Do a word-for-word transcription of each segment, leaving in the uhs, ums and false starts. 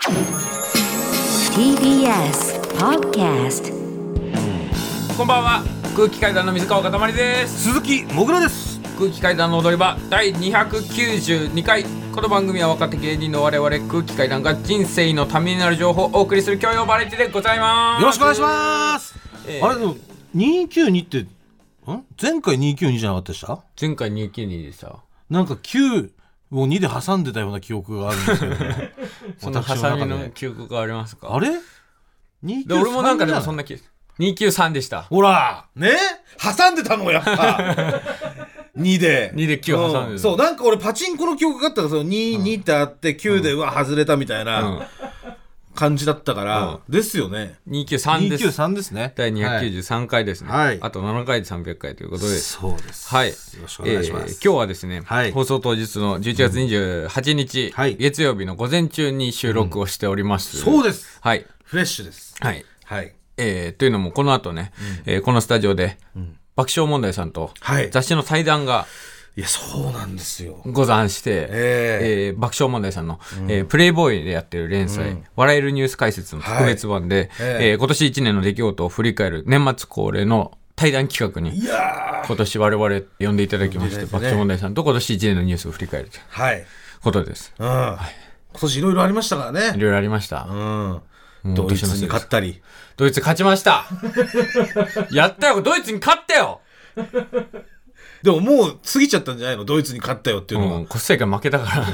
ティービーエス Podcast。 こんばんは、空気階段の水川かたまりです。 鈴木もぐらです。 空気階段の踊り場だいにひゃくきゅうじゅうにかい。この番組は若手芸人の我々空気階段が人生のためになる情報をお送りする教養バラエティでございます。 よろしくお願いします、えー、あれでもにひゃくきゅうじゅうにってん前回にひゃくきゅうじゅうにじゃなかったでした？ 前回にひゃくきゅうじゅうにでした。 なんかきゅうをにで挟んでたような記憶があるんですけど、ね、 そのハサミの記憶がありますか？ あれにひゃくきゅうじゅうさん俺もなんかでもそんな気にひゃくきゅうじゅうさんでした。 ほらね、挟んでたのやっぱにでにできゅう挟んでる、うん、 そうなんか俺パチンコの記憶があったらそのに、うん、にってあってきゅうでうわ外れたみたいな感じだったから、うん、ですよね。 にひゃくきゅうじゅうさんです。 にひゃくきゅうじゅうさんですね。 だいにひゃくきゅうじゅうさんかいですね、はい、あとななかいでさんびゃっかいということで。 そうです、 はい、よろしくお願いします、 えー、今日はですね、はい、放送当日のじゅういちがつにじゅうはちにち、うんはい、月曜日の午前中に収録をしております、 うん、そうです、 はい、 フレッシュです。 はい、 はい、 えー、というのもこの後ね、うんえー、このスタジオで、うん、爆笑問題さんと雑誌の対談が、はいいやそうなんですよござんして、えーえー、爆笑問題さんの、うんえー、プレイボーイでやってる連載、うん、笑えるニュース解説の特別版で、はいえーえー、今年いちねんの出来事を振り返る年末恒例の対談企画にいや今年我々呼んでいただきまして、ね、爆笑問題さんと今年いちねんのニュースを振り返るということです、 はいうんはい、今年いろいろありましたからね。 いろいろありました、 うん、ドイツに勝ったり。 ドイツ勝ちましたやったよ、ドイツに勝ったよでももう過ぎちゃったんじゃないの？ドイツに勝ったよっていうのは、 うん、コスタリカ負けたから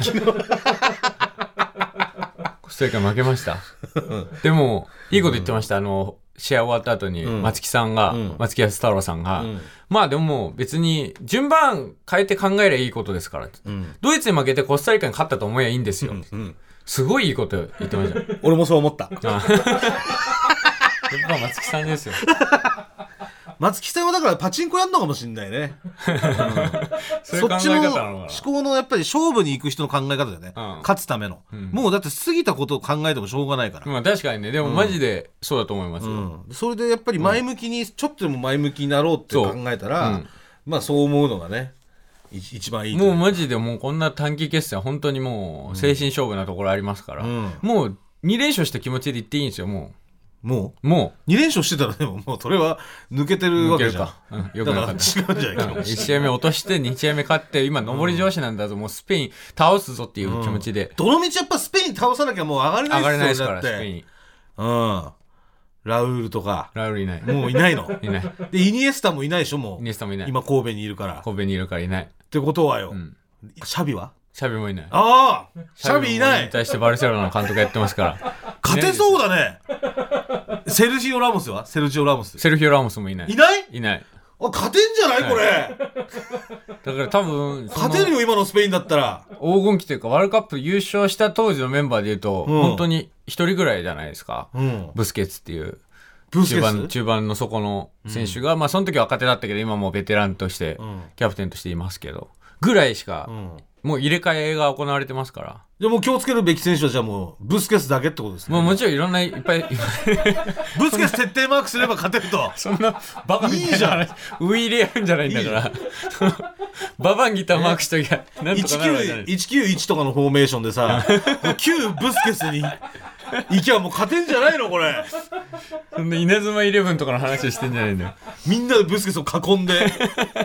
コスタリカ負けましたでもいいこと言ってました、うん、あの試合終わった後に松木さんが、うん、松木安太郎さんが、うん、まあでも別に順番変えて考えればいいことですからって、うん、ドイツに負けてコスタリカに勝ったと思えばいいんですよ、うんうん、すごいいいこと言ってました俺もそう思ったやっぱ松木さんですよ松木さんはだからパチンコやんのかもしれないね、うん、 そういう考え方なのかな。そっちの思考のやっぱり勝負に行く人の考え方だよね、うん、勝つための、うん、もうだって過ぎたことを考えてもしょうがないから、 まあ、確かにね。でもマジでそうだと思いますよ、 うんうん、それでやっぱり前向きに、うん、ちょっとでも前向きになろうって考えたら、うん、まあそう思うのがね一番いい。 もうマジでもうこんな短期決戦本当にもう精神勝負なところありますから、うん、もうに連勝した気持ちでいっていいんですよ。もうもうもうに連勝してたらでももうそれは抜けてるわけじゃん。 か、うん、よくなかった。 だから違うんじゃないかな。 いち試合目落としてに試合目勝って今上り調子なんだぞ、うん、もうスペイン倒すぞっていう気持ちで、 うん、どの道やっぱスペイン倒さなきゃもう上がれないですよ。 上がれないですからスペイン、 うん、ラウールとかラウールいない、 もういないのいないでイニエスタもいないでしょ。もうイニエスタもいない。 今神戸にいるから神戸にいるからいないってことはよ、うん、シャビはシャビもいない。 ああシャビいない。 に対してバルセロナの監督やってますから勝てそうだね。セルジオ・ラモスはセルジオ・ラモスセルフィオ・ラモスもいない。 いないいない。 あ勝てんじゃない、はい、これだから多分勝てるよ今のスペインだったら。 黄金期というかワールドカップ優勝した当時のメンバーでいうと、うん、本当に一人ぐらいじゃないですか、うん、ブスケツっていう中盤、中盤の底の選手が、うん、まあその時は若手だったけど今もうベテランとして、うん、キャプテンとしていますけどぐらいしか、うん、もう入れ替えが行われてますから。 じゃもう気をつけるべき選手はじゃあもうブスケツだけってことですね。 もうもちろんいろんないっぱいブスケツ徹底マークすれば勝てるとそんなバカみたいな話ウイ入れやるんじゃないんだからババンギターマークしときゃなんとかなるわけじゃない。 いちきゅういちとかのフォーメーションでさきゅうブスケツに行きゃもう勝てんじゃないのこれ。 そんな稲妻イレブンとかの話してんじゃないんだよ。 みんなでブスケツを囲んで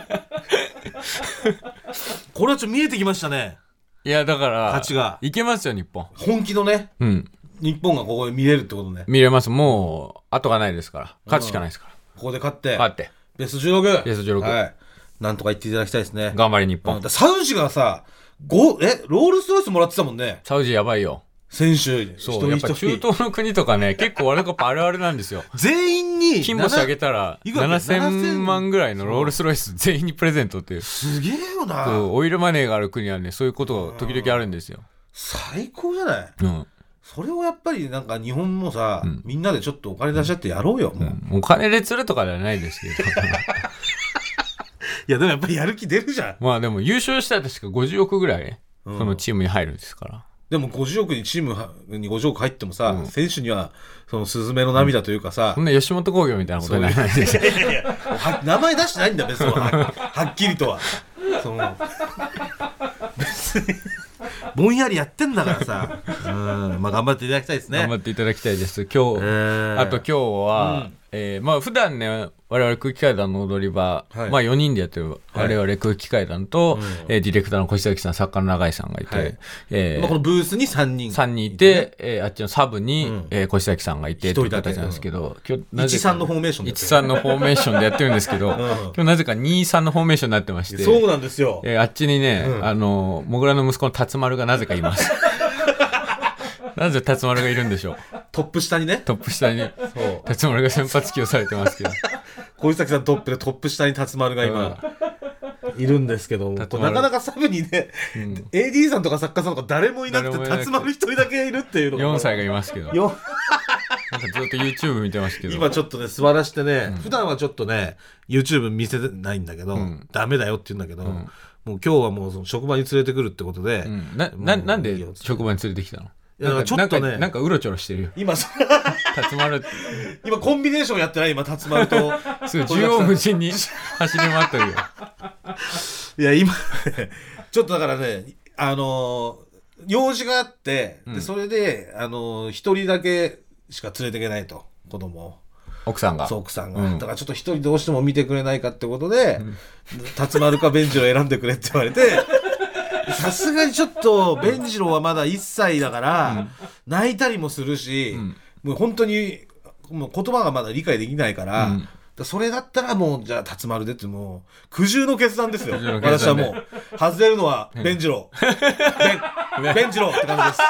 これはちょっと見えてきましたね。 いやだから勝ちがいけますよ日本。 本気のね、 うん、 日本がここで見れるってことね。 見れます。もう後がないですから勝つしかないですから、 うん、ここで勝って勝ってベストじゅうろくベストじゅうろく、はい、 なんとか言っていただきたいですね。 頑張り日本、 うん、サウジがさごえロールスロイスもらってたもんね。 サウジやばいよ選手。 そうやっぱ中東の国とかね結構ワールドカップあるあるなんですよ。 全員に金星あげたらななせんまんぐらいのロールスロイス全員にプレゼントっていう。 すげえよな。 そうオイルマネーがある国はねそういうことが時々あるんですよ。 最高じゃない、 うん、 それをやっぱりなんか日本もさ、うん、みんなでちょっとお金出し合ってやろうよ、うん、もう、 うん、お金で釣るとかではないですけどいやでもやっぱりやる気出るじゃん。 まあでも優勝したら確かごじゅうおくぐらい、うん、そのチームに入るんですから。でもごじゅうおくにチームにごじゅうおく入ってもさ、うん、選手にはそのスズメの涙というかさ、 うん、そんな吉本興業みたいなことにならないですよ。 名前出してないんだ別にはっきりとはその別にぼんやりやってんだからさ、うんまあ、頑張っていただきたいですね。 頑張っていただきたいです今日、えー、あと今日は、うんえー、まあ普段ね我々空気階段の踊り場、はいまあ、よにんでやってる我々空気階段と、はいえー、ディレクターの越崎さん作家の永井さんがいて、はいえーまあ、このブースにさんにんさんにんいて、えー、あっちのサブに、うんえー、越崎さんがいてっていう形なんですけど、 うん、今日いちさんのフォーメーションでいちさんのフォーメーションでやってるんですけど、うん、今日なぜかにさんのフォーメーションになってましてそうなんですよ、 えー、あっちにね、うん、あのもぐらの息子の辰丸がなぜかいますなぜ辰丸がいるんでしょう。 トップ下にねトップ下に辰丸が先発起用されてますけど小崎さんトップでトップ下に辰丸が今、うん、いるんですけどなかなかサブにね、うん、エーディー さんとか作家さんとか誰もいなくて辰丸一人だけいるっていうのがよんさいがいますけどなんかずっと YouTube 見てますけど今ちょっとね座らしてね、うん、普段はちょっとね YouTube 見せないんだけど、うん、ダメだよって言うんだけど、うん、もう今日はもうその職場に連れてくるってことで、うん、 な, な, なんで職場に連れてきたの。 いやなんかちょっとねなんかうろちょろしてるよ今辰丸今コンビネーションやってない今辰丸とすごい縦横無尽に走り回ってるよいや今ちょっとだからねあのー、用事があって、うん、でそれであのー、一人だけしか連れていけないと子供を奥さんがそう奥さんが、うん、だからちょっと一人どうしても見てくれないかってことで、うん、辰丸か弁次郎選んでくれって言われてさすがにちょっと弁次郎はまだいっさいだから、うん、泣いたりもするし、うん、もう本当にもう言葉がまだ理解できないから、うん、だそれだったらもうじゃあ辰丸でってもう苦渋の決断ですよ。私はもう外れるのは弁次郎弁次郎って感じ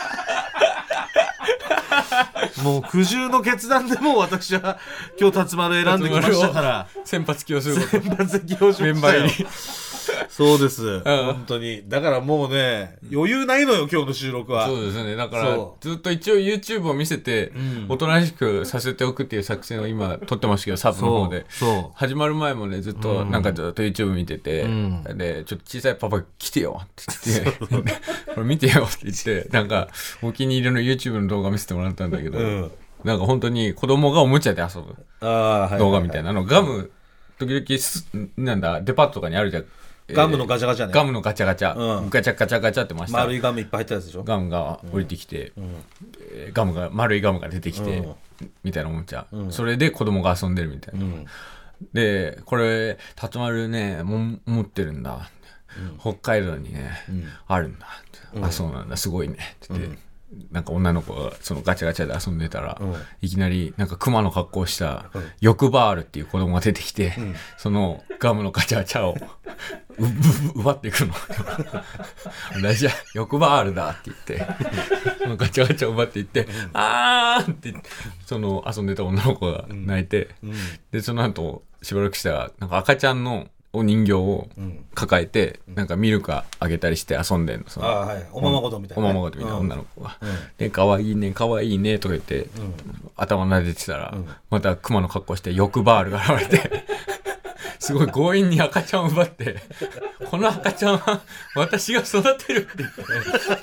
ですもう苦渋の決断でもう私は今日辰丸選んできましたから先発起用すること先発起用しましたよ。メンバー入りそうです、うん、本当にだからもうね余裕ないのよ今日の収録は。 そうですねだからずっと一応 YouTube を見せて、うん、おとなしくさせておくっていう作戦を今撮ってましたけどサブの方でそう始まる前もねずっとなんかずっと YouTube 見てて、うん、でちょっと小さいパパ来てよって言ってこれ見てよって言ってなんかお気に入りの YouTube の動画見せてもらったんだけど、うん、なんか本当に子供がおもちゃで遊ぶ動画みたいなのガム時々なんだデパートとかにあるじゃんガムのガチャガチャね。 ガムのガチャガチャ、うん、ガチャガチャガチャってました。 丸いガムいっぱい入ったやつでしょ。 ガムが降りてきて、うんえー、ガムが丸いガムが出てきて、うん、みたいなおもちゃ、うん、それで子供が遊んでるみたいな、うん、でこれ辰丸ねも持ってるんだ、うん、北海道にね、うん、あるんだって、うん、あそうなんだすごいねって言って、うんなんか女の子がそのガチャガチャで遊んでたら、うん、いきなりなんかクマの格好をした欲バールっていう子供が出てきて、うん、そのガムのガチャガチャを奪っていくの大事欲バールだって言ってそのガチャガチャを奪っていって、うん、あーってその遊んでた女の子が泣いて、うんうん、でその後しばらくしたらなんか赤ちゃんのお人形を抱えて、うん、なんかミルクあげたりして遊んでんの。そのあ、はい、おままごとみたいな、 ね、おままごとみたいな女の子が、うん、でかわいいねかわいいねとか言って、うん、頭撫でてたら、うん、またクマの格好して欲バールが現れてすごい強引に赤ちゃんを奪ってこの赤ちゃんは私が育てるって言って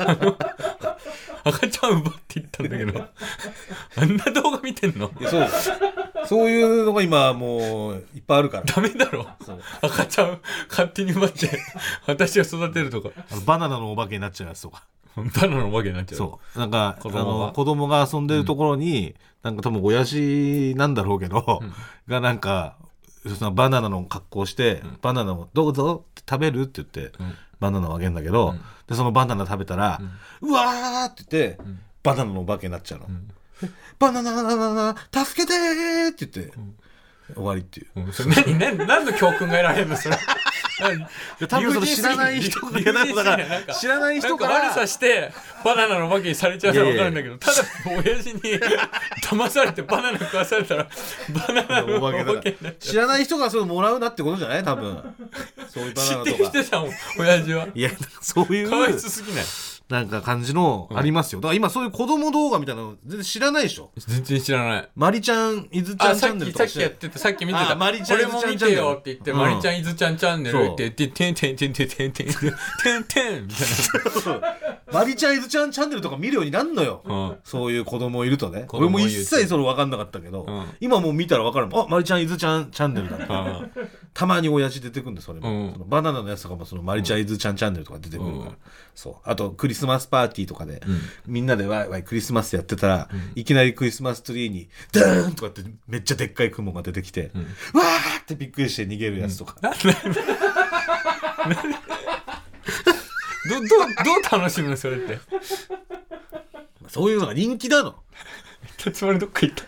赤ちゃんを奪っていったんだけどあんな動画見てんの。 そうそういうのが今もういっぱいあるからダメだろ。赤ちゃん勝手に奪って私が育てるとかあのバナナのお化けになっちゃうやつとかバナナのお化けになっちゃう。 そうなんか子供 が, あの子供が遊んでるところに、うん、なんか多分親父なんだろうけど、うん、がなんかそのバナナの格好して、うん、バナナをどうぞって食べるって言って、うん、バナナをあげるんだけど、うん、でそのバナナ食べたら、うん、うわーって言って、うん、バナナのお化けになっちゃうの、うん、バナナナナナナ助けてーって言って、うん、終わりっていう、 うん、それ何, 何, 何の教訓が得られるのそれ多分その知らない人がだから知らない人から悪さしてバナナのお化けにされちゃうのは分かるんだけど、ただ親父に騙されてバナナ食わされたらバナナのお化けになっちゃう。 知らない人がそれもらうなってことじゃない多分。そういうバナナとか知ってる人だもん親父は。 いやそういうかわいそうすぎないなんか感じのありますよ。だから今そういう子供動画みたいなの全然知らないでしょ。 全然知らない。 マリちゃんいずちゃんチャンネルとかさっきやってたさっき見てた。マリちゃんいずちゃんチャンネル。これも見てよって言って、うん、マリちゃんいずちゃんチャンネルって言っててんてんてんてんてんてんてんてんてんみたいな。 マリちゃんいずちゃんチャンネルとか見るようになんのよ。うん、そういう子供いるとね。俺も一切それ分かんなかったけど、うん、今もう見たら分かるもん。あマリちゃんいずちゃんチャンネルだね。 たまに親父出てくるんでそれも、 うん、 そのバナナのやつとかもそのマリチャイズちゃんチャンネルとか出てくるから、うん、そうあとクリスマスパーティーとかで、うん、みんなでワイワイクリスマスやってたら、うん、いきなりクリスマスツリーにダーンとかってめっちゃでっかい雲が出てきて、うん、わーってびっくりして逃げるやつとか、うん、 ど, ど, どう楽しむのそれってそういうのが人気なの。 辰丸どっか行った。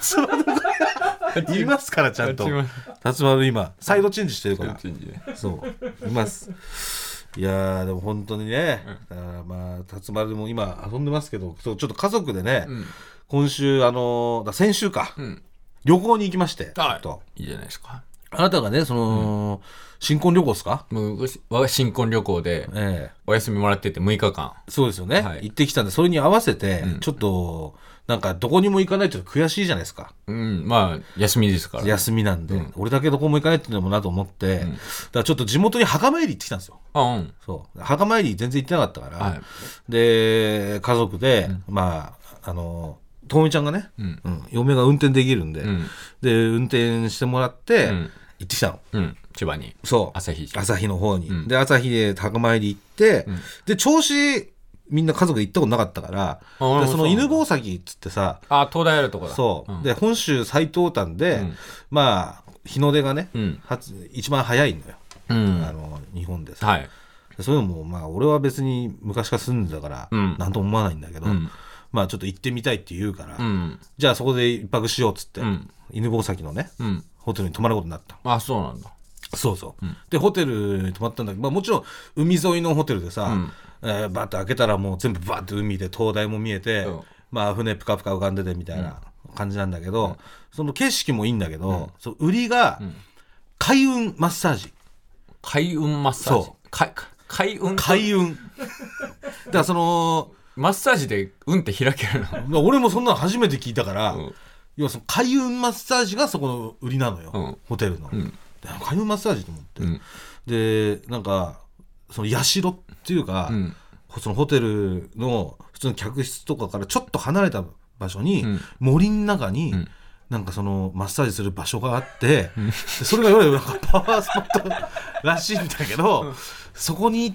辰丸どっかいますからちゃんと。辰丸今サイドチェンジしてるから。そういます。いやーでも本当にね、うん、だまあ辰丸でも今遊んでますけど、そうちょっと家族でね、うん、今週あのだ先週か、うん、旅行に行きまして。 あといいじゃないですか。 あなたがねその、うん、新婚旅行ですか？ もう我が新婚旅行で、ええ、お休みもらっててむいかかん。 そうですよね、はい、行ってきたんでそれに合わせて、うん、ちょっとなんかどこにも行かないと悔しいじゃないですか。 うんまあ休みですから、ね、 休みなんで、うん、俺だけどこも行かないっていうのもなと思って、うん、だからちょっと地元に墓参り行ってきたんですよ。 あ、うん、 そう墓参り全然行ってなかったから、はい、で家族で、うん、まああのともみちゃんがね、うんうん、嫁が運転できるんで、うん、で運転してもらって、うん、行ってきたの、 うん、千葉に。 そう朝日朝日の方に、うん、で朝日で墓参り行って、うん、で銚子みんな家族で行ったことなかったから、でその犬吠埼っつってさ、 あ東大あるとこだ。 そう、 うん、 で本州最東端で、うん、まあ日の出がね、うん、一番早いのよ、うん、あの日本でさ、はい、でそういうのもまあ俺は別に昔から住んでたから、うん、なんとも思わないんだけど、うん、まあちょっと行ってみたいって言うから、うん、じゃあそこで一泊しようっつって、うん、犬吠埼のね、うん、ホテルに泊まることになった。 あそうなんだ。 そうそう、うん、でホテルに泊まったんだけど、まあ、もちろん海沿いのホテルでさ、うんえー、バッと開けたらもう全部バッと海で灯台も見えて、うんまあ、船プカプカ浮かんでてみたいな感じなんだけど、うん、その景色もいいんだけど、うん、その売りが、うん、開運マッサージ。 開運マッサージ。そう開運開運だからそのマッサージで運って開けるの俺もそんなの初めて聞いたから、うん、要はその開運マッサージがそこの売りなのよ、うん、ホテルの、うん、開運マッサージと思って、うん、でなんかその社っていうか、うん、そのホテルの普通の客室とかからちょっと離れた場所に、うん、森の中に、うん、なんかそのマッサージする場所があって、うん、でそれがいわゆるなんかパワースポットらしいんだけど、うん、そこに行って、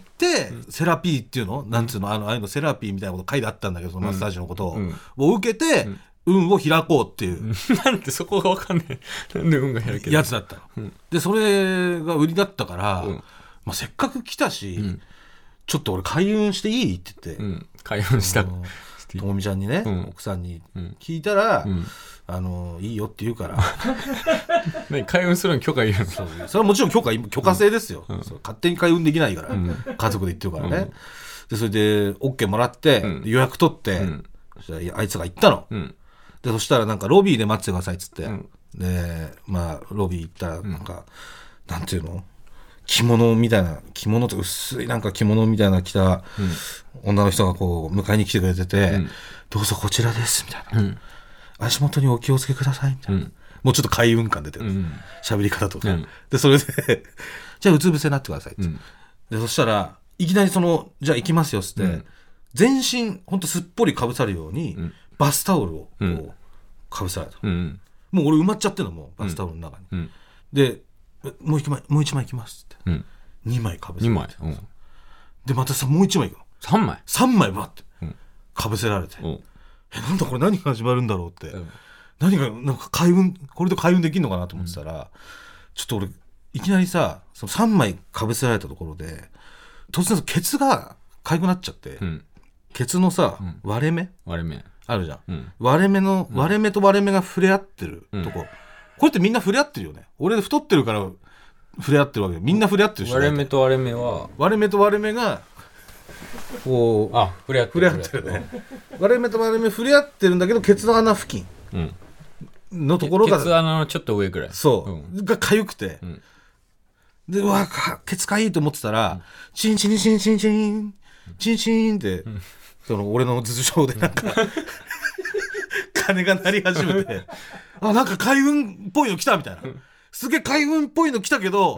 うん、セラピーっていうの、うん、なんつうのあのああいうのセラピーみたいなこと書いてあったんだけどそのマッサージのことを、うん、を受けて、うん運を開こうっていう、うん、 なんでそこが分かんないなんで運が開けるやつだったの、うん、でそれが売りだったから、うんまあ、せっかく来たし、うん、ちょっと俺開運していいって言って、うん、 開運したともみちゃんにね、うん、奥さんに聞いたら、うん、あのいいよって言うから何開運するのに許可いるの？ そうそれはもちろん許可許可制ですよ、うん、そう勝手に開運できないから、うん、家族で言ってるからね、うん、でそれで OK もらって、うん、予約取って、うん、そしたらあいつが行ったの、うんでそしたらなんかロビーで待ってくださいっつって、うん、でまあロビー行ったらなんか、うん、なんていうの着物みたいな着物と薄いなんか着物みたいな着た女の人がこう迎えに来てくれてて、うん、どうぞこちらですみたいな、うん、足元にお気をつけくださいみたいな、うん、もうちょっと開運感出てる喋、うん、り方とか、うん、でそれでじゃあうつ伏せになってくださいっつって、うん、でそしたらいきなりそのじゃあ行きますよっつって、うん、全身ほんとすっぽりかぶさるように、うんバスタオルをこうかぶされた、うん、もう俺埋まっちゃってるのもうバスタオルの中に、うん、でもう一枚もう一枚いきますって、うん、にまいかぶせられて、うん、でまたさもう一枚いくのさんまいさんまいバッて、うん、かぶせられて、うん、えなんだこれ何が始まるんだろうって、うん、何がなんか開運これで開運できるのかなと思ってたら、うん、ちょっと俺いきなりさそのさんまいかぶせられたところで突然ケツがかゆくなっちゃって、うん、ケツのさ、うん、割れ目割れ目あるじゃん、うん、割れ目の割れ目と割れ目が触れ合ってるとこ、うん、これってみんな触れ合ってるよね。俺太ってるから触れ合ってるわけでみんな触れ合ってるし割れ目と割れ目は割れ目と割れ目がこうあ触れ合ってる触れ合ってるね割れ目と割れ目触れ合ってるんだけどケツの穴付近のところが、 うん、ケツ穴のちょっと上くらいそう、うん、がかゆくて、うん、でうわケツかゆいと思ってたら、うん、チンチンチンチンチンチンチンって、うんその俺の頭上でなんか鐘が鳴り始めてあなんか開運っぽいの来たみたいな、うん、すげえ開運っぽいの来たけど、うん、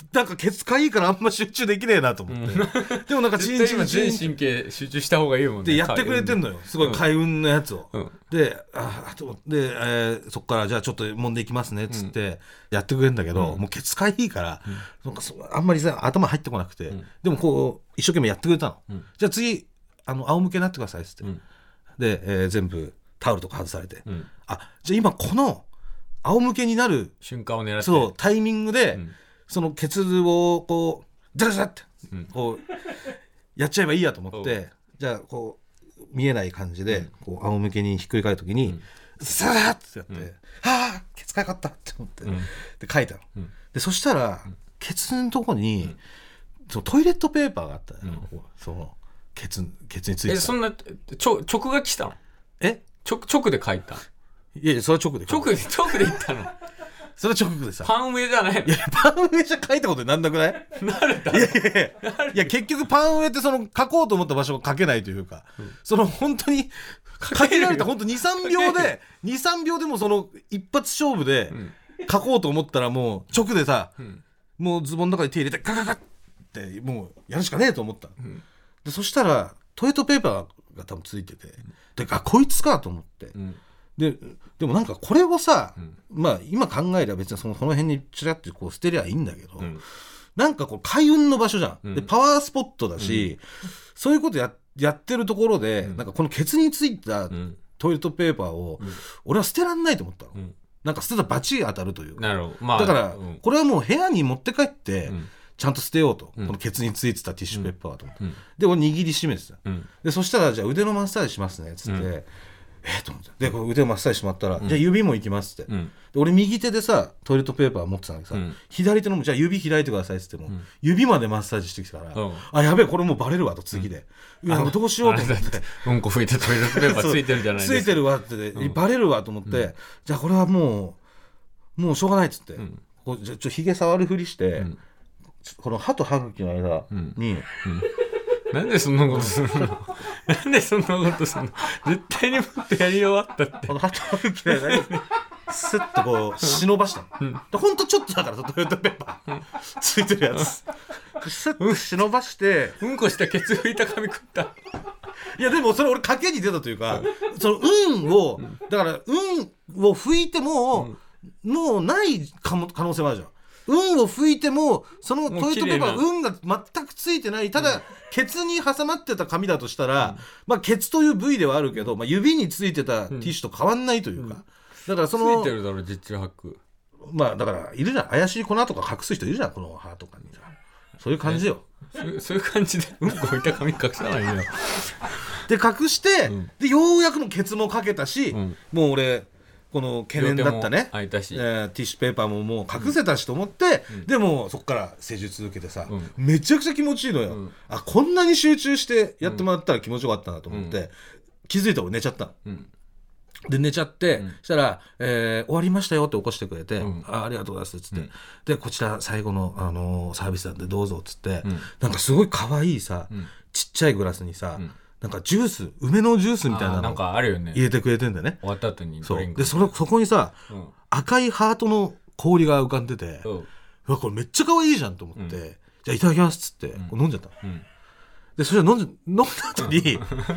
なんかケツかいいからあんま集中できねえなと思って、うん、でもなんかチンチンチン全神経集中した方がいいもんねでやってくれてんのよすごい開運のやつを、うん、であとで、えー、そっからじゃあちょっと揉んでいきますねっつってやってくれるんだけど、うん、もうケツかいいから、うん、なんかそあんまりさ頭入ってこなくて、うん、でもこう一生懸命やってくれたの、うん、じゃあ次あの仰向けになってくださいっつって、うん、で、えー、全部タオルとか外されて、うん、あじゃあ今この仰向けになる瞬間を狙ってそうタイミングで、うん、そのケツをこうザラザラってこうやっちゃえばいいやと思って、うん、じゃあこう見えない感じでこう仰向けにひっくり返る時にザラッってやって、うん、はあケツかゆかったって思って、うん、で書いたの、うん、でそしたら、うん、ケツのとこに、うん、そのトイレットペーパーがあったの、うん、そのケツ、ケツについてた。 えそんなちょ直書きしたの？ え直直で書いた？ いやいやそれは直で直で直で言ったのそれは直でさパン上じゃないの？ いやパン上じゃ書いたことになんなくない？ なるだいやいやいやいや結局パン上ってその書こうと思った場所を書けないというか、うん、その本当に書けられた本当 にさんびょうでにさんびょうでもその一発勝負で書こうと思ったらもう直でさ、うん、もうズボンの中に手入れてガガガってもうやるしかねえと思った、うん、でそしたらトイレットペーパーが多分ついてて、であこいつかと思って、うん、で, でもなんかこれをさ、うん、まあ今考えれば別にそのこの辺にちらっとこう捨てりゃいいんだけど、うん、なんかこう開運の場所じゃん、うん、でパワースポットだし、うん、そういうこと や, やってるところで、うん、なんかこのケツについたトイレットペーパーを、うん、俺は捨てらんないと思ったの、うん、なんか捨てたらバチ当たるというか、 なるほど、まあ、 だから、うん、これはもう部屋に持って帰って、うんちゃんと捨てようと、 うん、 このケツについてたティッシュペーパーと思って、 うん、 で俺握りしめてた、 うん、 でそしたらじゃあ腕のマッサージしますねっつって、うん、えー、と思ってでこの腕をマッサージしてもらったら、うん、じゃあ指もいきますって、うん、で俺右手でさトイレットペーパー持ってたんだけどさ、うん、左手のもじゃあ指開いてくださいっつっても、うん、指までマッサージしてきたから、うん、あやべえこれもうバレるわと次で、うん、いやどうしようと思ってうんこ拭いてトイレットペーパーついてるじゃないですかついてるわって、うん、バレるわと思って、うん、じゃあこれはもうもうしょうがないっつって、うん、こうじゃちょひげ触るふりして、うんこの歯と歯茎の間に、うんうん、 なんでそんなことするのなんでそんなことするの絶対にもっとやり終わったってこの歯と歯茎の間にスッとこう忍ばしたの、うん、でほんとちょっとだからトイレットペーパー、うん、ついてるやつスッと忍ばしてうんこしたケツ拭いた髪食ったいやでもそれ俺賭けに出たというかその運をだから運を拭いても、うん、もうない可能性もあるじゃん運を拭いてもそのトイレットペーパー運が全くついてないただ、うん、ケツに挟まってた紙だとしたら、うんまあ、ケツという部位ではあるけど、まあ、指についてたティッシュと変わんないというか、うん、だからそのついてるだろ実中白まあだからいるじゃん怪しい粉とか隠す人いるじゃんこの歯とかにそういう感じよそ, そういう感じでうんこ置いた紙隠さないよで隠して、うん、でようやくもケツもかけたし、うん、もう俺この懸念だったね、 えー、ティッシュペーパーももう隠せたしと思って、うん、でもそっから施術受けてさ、うん、めちゃくちゃ気持ちいいのよ、うん、あこんなに集中してやってもらったら気持ちよかったなと思って、うん、気づいたら俺寝ちゃった、うん、で寝ちゃって、うん、そしたら、えー、終わりましたよって起こしてくれて、うん、あ, ありがとうございますっつって、うん、でこちら最後の、あのー、サービスなんでどうぞっつって、うん、なんかすごい可愛いさ、うん、ちっちゃいグラスにさ、うんなんかジュース梅のジュースみたいなの入れてくれてんだよね終わった後にドリンクで そ, のそこにさ、うん、赤いハートの氷が浮かんでて、うん、うわこれめっちゃ可愛いじゃんと思って、うん、じゃあいただきますっつって、うん、飲んじゃった、うん、でそれ飲んじゃ飲んだ後に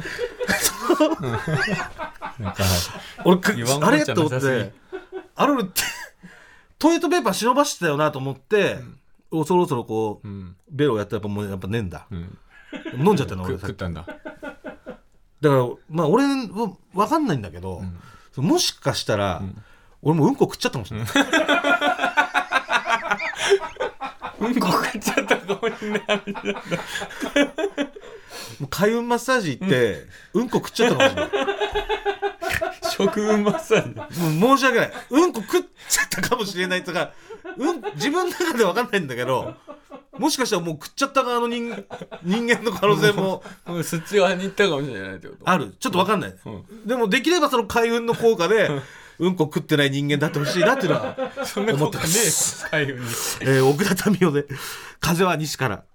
俺あれと思ってあれってトイレットペーパー忍ばしてたよなと思って、うん、そろそろこう、うん、ベロやったらやっぱもうやっぱねえんだ、うん、飲んじゃったの俺食ったんだだからまあ俺は分かんないんだけど、うん、もしかしたら、うん、俺もうんこ食っちゃったかもしれないうんこ食っちゃったかもしれないもう開運マッサージ行って、うん、うんこ食っちゃったかもしれない食運マッサージもう申し訳ないうんこ食っちゃったかもしれないとか、うん、自分の中で分かんないんだけどもしかしたらもう食っちゃった側の 人, 人間の可能性ももうそっち側に行ったかもしれないってことあるちょっと分かんない、うん、でもできればその開運の効果でうんこ食ってない人間だってほしいなっていうのは思ってます開運に、 えー、奥田民生で風は西から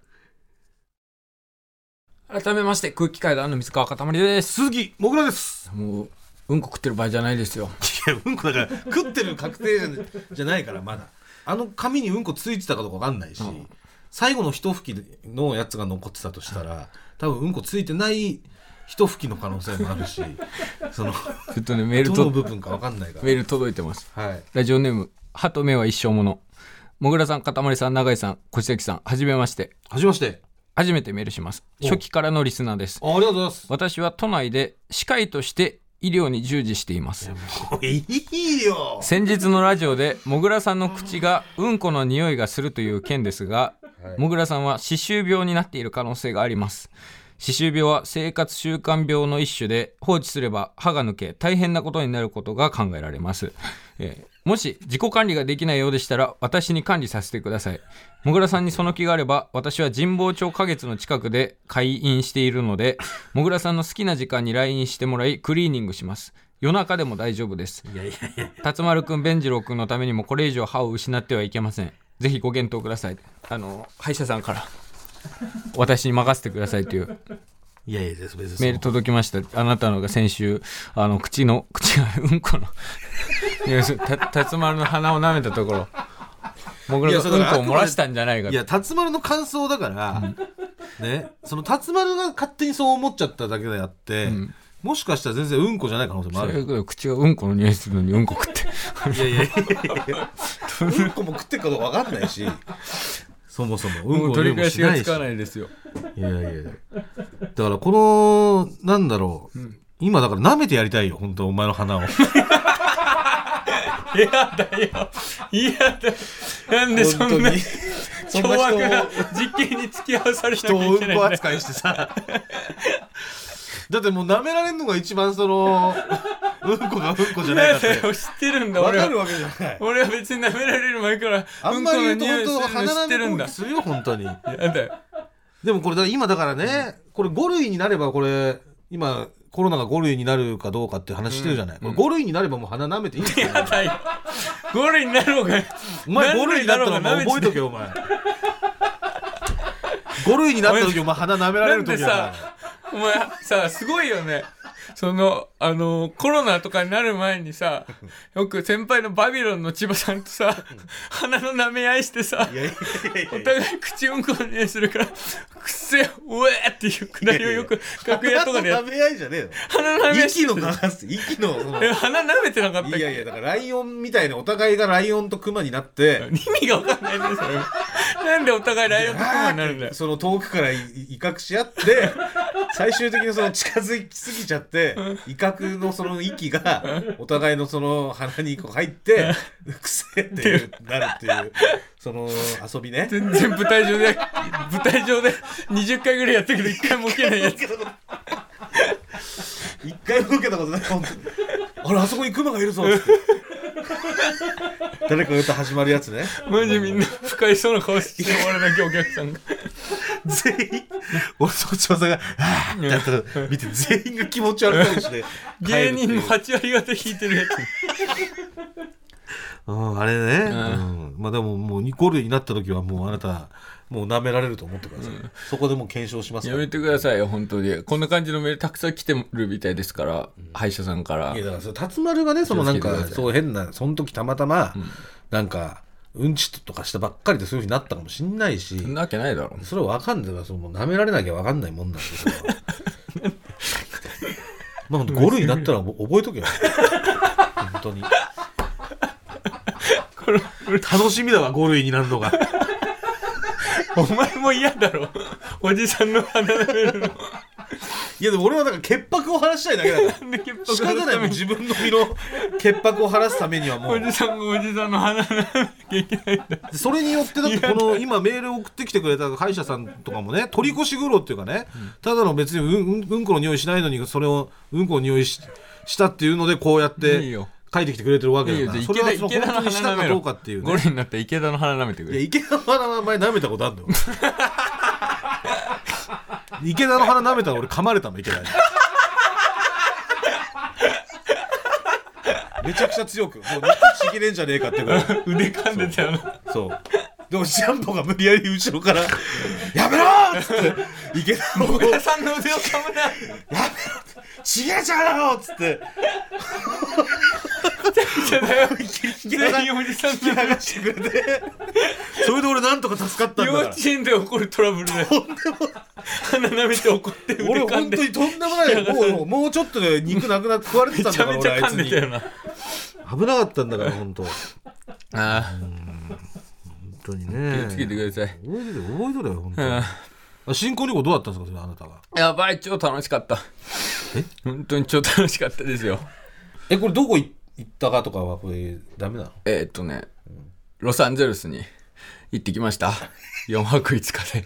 改めまして空気階段の水川かたまりです鈴木もぐらですもううんこ食ってる場合じゃないですよいやうんこだから食ってる確定じゃないからまだあの紙にうんこついてたかどうか分かんないし、うん、最後の一吹きのやつが残ってたとしたら多分うんこついてない一吹きの可能性もあるしそのちょっとねメールとどの部分か分かんないからメール届いてます、 はい、 ラジオネーム歯と目は一生もの。もぐらさん、かたまりさん、永井さん、越崎さん、はじめまして。 はじめまして。 初めてメールします。初期からのリスナーです。 あ、ありがとうございます。 私は都内で歯科医として医療に従事しています。 いいよ。 先日のラジオでもぐらさんの口がうんこの匂いがするという件ですが、はい、もぐらさんは歯周病になっている可能性があります。歯周病は生活習慣病の一種で放置すれば歯が抜け大変なことになることが考えられます、えー、もし自己管理ができないようでしたら私に管理させてください。もぐらさんにその気があれば私は神保町花月の近くで開院しているのでもぐらさんの好きな時間に来院してもらいクリーニングします。夜中でも大丈夫です。 いやいやいや辰丸くん弁次郎くんのためにもこれ以上歯を失ってはいけません。ぜひご検討ください。あの歯医者さんから私に任せてくださいといういやいやです別にメール届きました。あなたのが先週あの口の口がうんこのた辰丸の鼻を舐めたところもぐらがうんこを漏らしたんじゃないかと。 いや辰丸の感想だから、うん、ねその辰丸が勝手にそう思っちゃっただけであって、うん、もしかしたら全然うんこじゃない可能性もある。 口がうんこの匂いするのにうんこ食っていやいやいやいやうんこも食ってるかどうか分かんないしそもそもうんこの取り返しがつかないですよ。 いやいやいやだからこのなんだろう、うん、今だから舐めてやりたいよ本当お前の鼻をやだよ嫌だなんでそんな凶悪な実験に付き合わされなきゃいけないんだよ。 人をうんこ扱いしてさだってもう舐められるのが一番そのうんこがうんこじゃないかって知ってるんだ。 分かるわけじゃない。 俺は別に舐められる前からあんまり言うと本当鼻舐め攻撃するよ本当に。 やだよ。 でもこれだ今だからね、うん、これご類になればこれ今コロナがご類になるかどうかって話してるじゃない、うん、これご類になればもう鼻舐めていいんですよ、ね、 やだよご類になろうがお前ご類になったらもう覚えとけよお前ご類になった時お前鼻舐められる時はお前さすごいよね。そのあのコロナとかになる前にさよく先輩のバビロンの千葉さんとさ鼻の舐め合いしてさいやいやいやいやお互い口うんこの匂いするからくっせえうえっていうくだりをよく楽屋とかでやって鼻の舐め合いじゃねえの鼻の舐め合い息の流す息のその鼻舐めてなかったっけ。 いやいやだからライオンみたいなお互いがライオンとクマになって意味が分かんないんですよなんでお互いライオンとクマになるんだよ。 その遠くから威嚇し合って最終的にその近づきすぎちゃって威嚇のその息がお互いのその鼻にこう入ってくせえっていうなるっていうその遊びね。 全然舞台上で舞台上でにじゅっかいぐらいやったけどいっかいも受けないやついっかいも受けたことない本当に。あれあそこにクマがいるぞって誰かが言ったら始まるやつね。 マジみんな不快そうな顔して終わらなきゃお客さんが全員俺と千葉さんがはぁってやったら見て全員が気持ち悪い顔して芸人のはち割方引いてるやつうん、あれね、うん、まあでももうご類になった時はもうあなたもう舐められると思ってください、うん、そこでもう検証しますから。 やめてくださいよ本当に。こんな感じのメールたくさん来てるみたいですから、うん、歯医者さんから。 いやだからそ辰丸がねそのなんかそう変なその時たまたま、うん、なんかうんちとかしたばっかりでそういう風になったかもしんないし。 そんなわけないだろ。 それは分かんないからその舐められなきゃ分かんないもんなんですけどまあご類になったら覚えとけよ本当に楽しみだわご類になるのがお前も嫌だろおじさんの鼻舐めるの。 いやでも俺はだから潔白を晴らしたいだけだから仕方ないもん自分の身の潔白を晴らすためにはもうおじさんがおじさんの鼻舐めなきゃいけないんだ。 それによってだってこの今メールを送ってきてくれた歯医者さんとかもね取り越し苦労っていうかね、うん、ただの別にうん、うんこの匂いしないのにそれをうんこの匂い し, したっていうのでこうやっていいよ書いてきてくれてるわけだから。いいそれはその本当にしたかどうかっていうね。 ゴリになったら池田の鼻舐めてくれ。 いや池田の鼻は前舐めたことあるのよ池田の鼻舐めたら俺噛まれたの池田にめちゃくちゃ強くもう肉ちぎれんじゃねえかってぐらい腕噛んでたよな。 そうでもジャンボが無理やり後ろからやめろーっつって池田のもぐらさんの腕を噛むなやめろちげえじゃんよっつってちゃだよ引き全員おじさん引き剥がしてくれてそれで俺なんとか助かったんだから。 幼稚園で起こるトラブルだよ。鼻舐めて怒って俺本当にとんでもないもう、もうちょっとで肉なくなって食われてたんだからめちゃめちゃ噛んでたよ俺な。 危なかったんだから本当。 ああ本当にね。 気をつけてください。 覚えてる覚えてるよ本当。新婚旅行どうだったんですかそれあなたが。 やばい超楽しかった。え本当に超楽しかったですよ。 えこれどこ行ったかとかはこれダメなの？ えー、っとね、うん、ロサンゼルスに行ってきました。よんはくいつかで。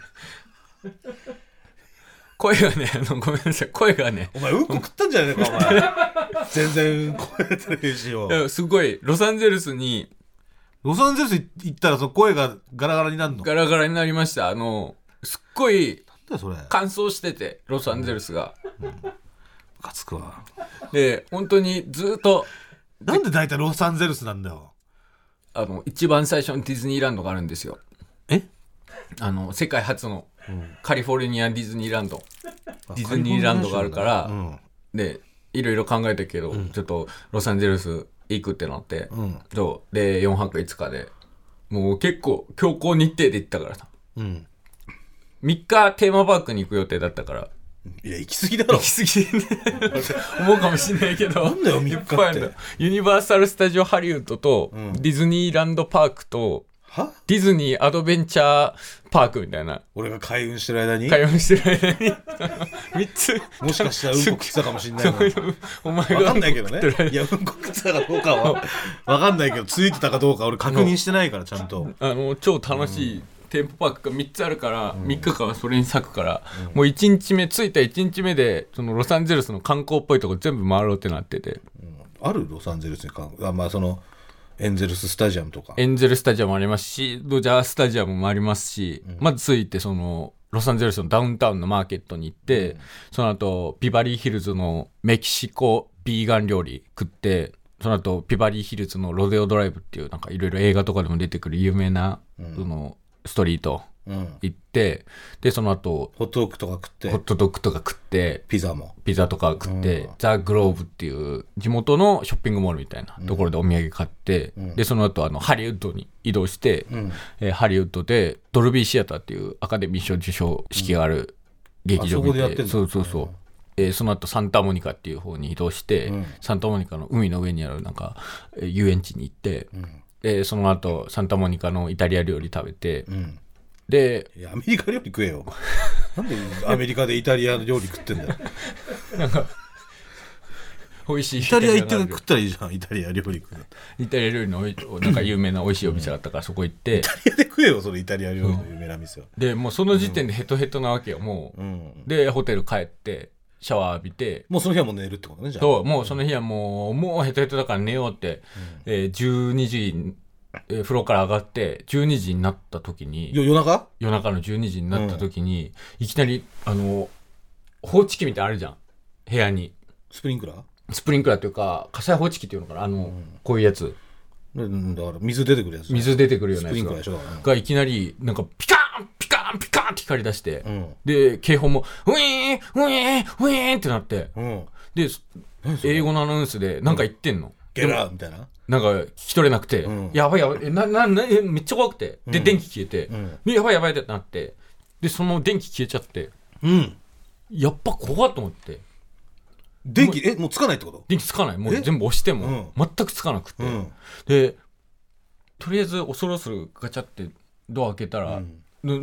声がね、あのごめんなさい、声がね。 お前うんこ食ったんじゃないかお前。全然声出てるしよ。 すごいロサンゼルスにロサンゼルス行ったらその声がガラガラになるの？ ガラガラになりました。あのすっごいなんだそれ乾燥しててロサンゼルスが。 ムカつくわ。 で本当にずっとなんで大体ロサンゼルスなんだよ。 あの一番最初にディズニーランドがあるんですよ。 え？ あの世界初のカリフォルニアディズニーランド、うん、ディズニーランドがあるから、うん、でいろいろ考えたけど、うん、ちょっとロサンゼルス行くってなって、うん、そうでよんはくいつかでもう結構強行日程で行ったからさ、うん、みっかテーマパークに行く予定だったから。 いや行き過ぎだろ。 行き過ぎ思うかもしれないけどなんだよみっかって。 ユニバーサル・スタジオ・ハリウッドと、うん、ディズニーランド・パークとディズニー・アドベンチャー・パークみたいな。 俺が開運してる間に開運してる間にみっつもしかしたらうんこ食ってたかもしれないの。 お前が分かんないけどね。いやうんこ食ってたかどうかは分かんないけどついてたかどうか俺確認してないからちゃんと。 あの超楽しい、うんテーマパークがみっつあるから、うん、みっかかんはそれに割くから、うん、もういちにちめ着いたいちにちめでそのロサンゼルスの観光っぽいとこ全部回ろうってなってて、 うん、あるロサンゼルスに観光あまあそのエンゼルススタジアムとかエンゼルスタジアムもありますしドジャースタジアムもありますし、うん、まず着いてそのロサンゼルスのダウンタウンのマーケットに行って、うん、その後ビバリーヒルズのメキシコビーガン料理食ってその後ビバリーヒルズのロデオドライブっていうなんかいろいろ映画とかでも出てくる有名な、うん、そのストリートうん、行ってでその後ホットドッグとか食ってホットドッグとか食ってピザもピザとか食って、うん、ザ・グローブっていう地元のショッピングモールみたいなところでお土産買って、うん、でその後あのハリウッドに移動して、うんえー、ハリウッドでドルビーシアターっていうアカデミー賞受賞式がある劇場見て、うん、あそこでやってんの？そうそうそう、うんえー、その後サンタモニカっていう方に移動して、うん、サンタモニカの海の上にあるなんか、えー、遊園地に行って、うんえー、その後サンタモニカのイタリア料理食べて、うんでいやアメリカ料理食えよなんでアメリカでイタリアの料理食ってんだよなんか美味しいイタリア行って食ったらいいじゃんイタリア料理食うイタリア料理のなんか有名な美味しいお店があったからそこ行って、うん、 イタリアで食えよそのイタリア料理の有名な店は、 うん、でもうその時点でヘトヘトなわけよもう、うん、でホテル帰ってシャワー浴びてもうその日はもう寝るってことねじゃあそうもうその日はもうもうヘトヘトだから寝ようって、うんえー、じゅうにじえー、風呂から上がってじゅうにじになった時に夜中夜中のじゅうにじになった時に、うん、いきなりあの放置器みたいなのあるじゃん部屋にスプリンクラースプリンクラーっていうか火災報知器っていうのかなあの、うん、こういうやつだから水出てくるやつ水出てくるようなやつがスプリンクラーでしょ、うん、 がいきなりなんかピカーンピカーンピカーンって光り出して、うん、で警報もウィーンウィーンウィーンってなって、うん、で英語のアナウンスでなんか言ってんの、うん、 ゲラーみたいななんか聞き取れなくて、うん、やばいやばいなななめっちゃ怖くてで、うん、電気消えて、うん、でやばいやばいってなってでその電気消えちゃって、うん、やっぱ怖っと思って電気えもうつかないってこと電気つかないもう全部押しても全くつかなくて、うん、でとりあえず恐る恐るガチャってドア開けたら、うん、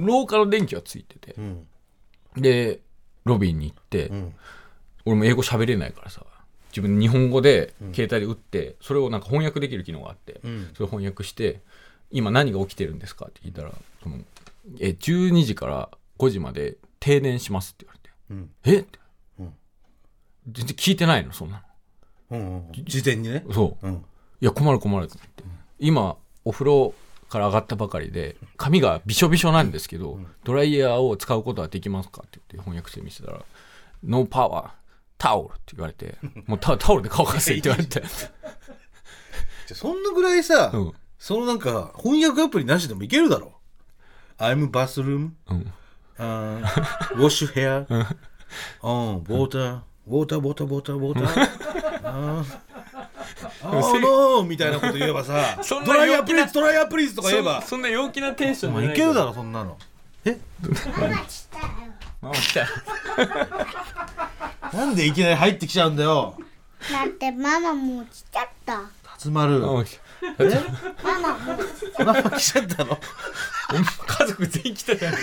廊下の電気はついてて、うん、でロビーに行って、うん、俺も英語喋れないからさ自分日本語で携帯で打って、うん、それをなんか翻訳できる機能があって、うん、それを翻訳して今何が起きてるんですかって聞いたらそのえじゅうにじからごじまで停電しますって言われて、うん、えって、うん、全然聞いてないのそんなの、うんうん、事前にねそう、うん、いや困る困るって言って、うん、今お風呂から上がったばかりで髪がびしょびしょなんですけど、うん、ドライヤーを使うことはできますかって言って翻訳して見せたらノーパワータオルって言われてもう タ, タオルで乾かせって言われてじゃそんなぐらいさ、うん、そのなんか翻訳アプリなしでもいけるだろ I'm bathroom、うん uh, wash hair、うん、water water water water water、uh, ノーみたいなこと言えばさドライヤープリーズドライヤープリーズとか言えばそ, そんな陽気なテンションじゃないいけるだろそんなの。えママちったよ。 ママ来たよなんでいきなり入ってきちゃうんだよ。 だってママもう来ちゃった。 辰丸ママ来たえママもう来ちゃっママ来ちゃったの。 家族全員来たじゃんい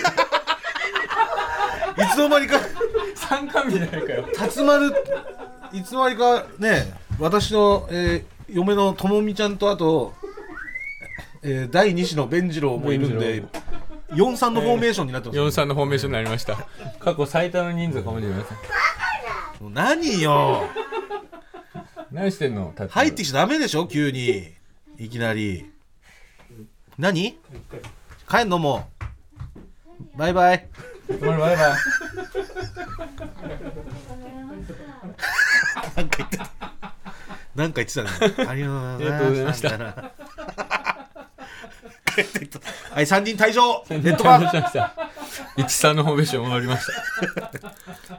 つの間にか参加日じゃないかよ。 辰丸いつの間にかね私の、えー、嫁のともみちゃんとあと、えー、だいに子の弁次郎もいるんでよんさんのフォーメーションになってます、ね、 よんさんのフォーメーションになりました。過去最多の人数かもしれません。 もう何よ何してんの？ 入ってきちゃダメでしょ急にいきなり。何帰んのもうバイバイバイバイバイ。 なんか言ってたなんか言ってたね。ありがとうございました帰っていった。はいさんにん退場レッドカード。 いちさんのフォーメーション終わりました。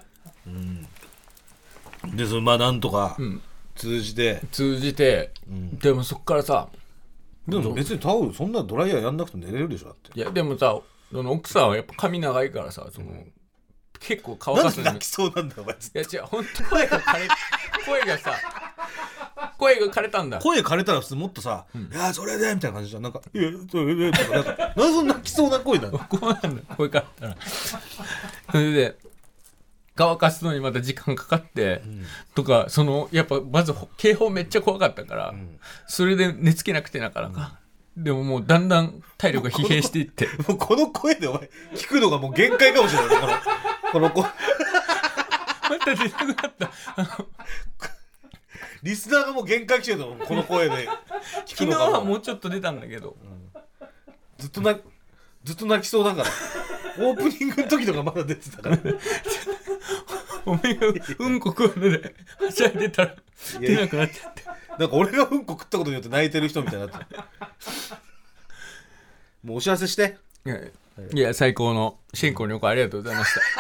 うんでそのまあなんとかうん通じて、 通じて、うん、でもそっからさでも別にタオルそんなドライヤーやんなくても寝れるでしょだって。 いやでもさその奥さんはやっぱ髪長いからさその、うん、結構乾かすのになんで泣きそうなんだよお前。いや違う本当声が枯れ声がさ声が枯れたんだ。 声枯れたら普通もっとさ、うん、いやそれでみたいな感じじゃん。なんかいやそれでとかなんかなんでそんな泣きそうな声なの。 こうなんだ声枯れたらそれで乾かすのにまた時間かかって、うん、とかそのやっぱまず警報めっちゃ怖かったから、うん、それで寝つけなくてなかなか、うん、でももうだんだん体力が疲弊していってもうこの声でお前聞くのがもう限界かもしれないこのこの子また出なくなったリスナーがもう限界来てるのこの声で聞くのが。 昨日はもうちょっと出たんだけど、 うん、ずっとなずっと泣きそうだからオープニングの時とかまだ出てたからお前がうんこ食うのではしゃいでたら出なくなっちゃって。 なんか俺がうんこ食ったことによって泣いてる人みたいになってもうお知らせして。 いや、いや最高の新婚旅行ありがとうございました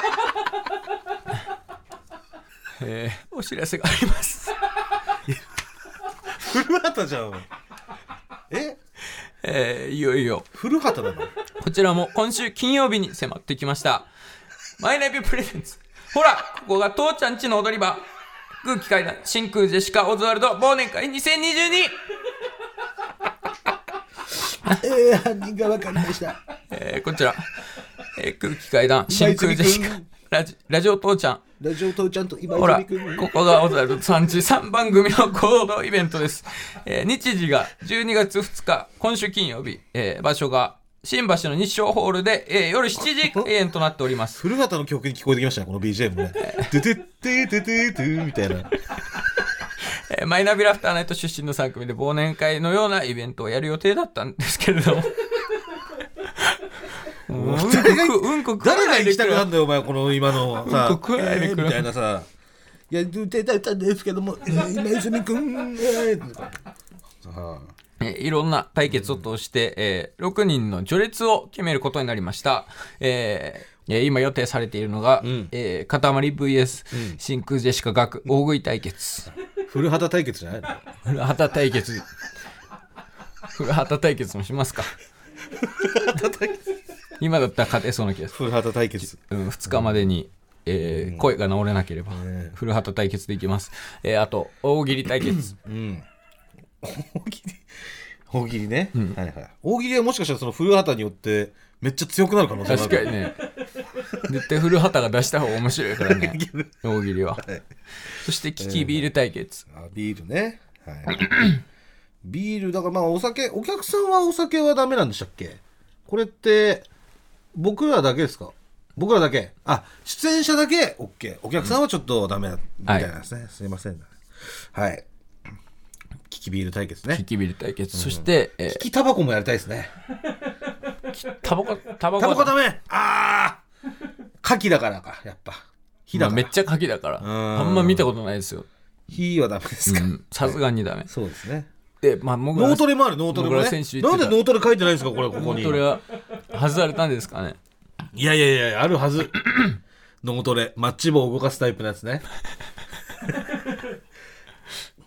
えー、お知らせがあります古畑じゃん。ええー、いよいよ古畑なの。 こちらも今週金曜日に迫ってきました。マイナビプレゼンツ。ほらここが父ちゃんちの踊り場。空気階段真空ジェシカオズワルド忘年会にせんにじゅうに。 えー、犯人が分かりました、 えー、こちら、えー、空気階段真空ジェシカラジラジオ父ちゃんラジオ父ちゃんと今ほらここがオズワルドさんちさんばん組の合同イベントです、えー、日時がじゅうにがつふつか今週金曜日、えー、場所が新橋の日照ホールで、えー、夜しちじ開演となっております。 古畑の曲に聞こえてきましたねこの ビージーエム ねトゥトゥッテートゥトゥトゥみたいなえー、マイナビラフターナイト出身のさん組で忘年会のようなイベントをやる予定だったんですけれどもうんこうんこ誰が行きたくなんだよお前この今のさうんこ食わないでくれ、 えー、みたいなさいや歌いたんですけども、えー、今泉くん、えー、さあえー、いろんな対決を通して、えー、ろくにんの序列を決めることになりました、えー、今予定されているのが、うんえー、かたまり ブイエス、うん、真空ジェシカ学大食い対決。 古畑対決じゃないの。 古畑対決古畑対決もしますか古畑対決今だったら勝てそうな気がする。 古畑対決、 うん、ふつかまでに、えーうん、声が治れなければ、うん、古畑対決でいきます、えー、あと大喜利対決、 うん、大喜利大喜利ね、うんはいはい、大喜利はもしかしたらその古畑によってめっちゃ強くなる可能性がある。 確かにね絶対古畑が出した方が面白いからね大喜利は、はい、そしてキキビール対決、 えー、あビールね、はい、ビールだからまあお酒お客さんはお酒はダメなんでしたっけこれって。僕らだけですか。僕らだけ。あ、出演者だけ OK。お客さんはちょっとダメだ、うん、みたいなんですね、はい、すいません。はいキキビール対決ね。 キキビール対決、うん、そして、 えー、キキタバコもやりたいですね。 タバコタバコタバコダメ。あー牡蠣だからかやっぱ火だから、 まあ、めっちゃ牡蠣だからあんま見たことないですよ。 火はダメですか。 さすがにダメ。 そうですね。 で、まあ、 ノートレもある。ノートレもね。なんでノートレ書いてないんですかこれここに。 ノートレは外されたんですかね。 いやいやいやあるはずノートレマッチ棒を動かすタイプのやつね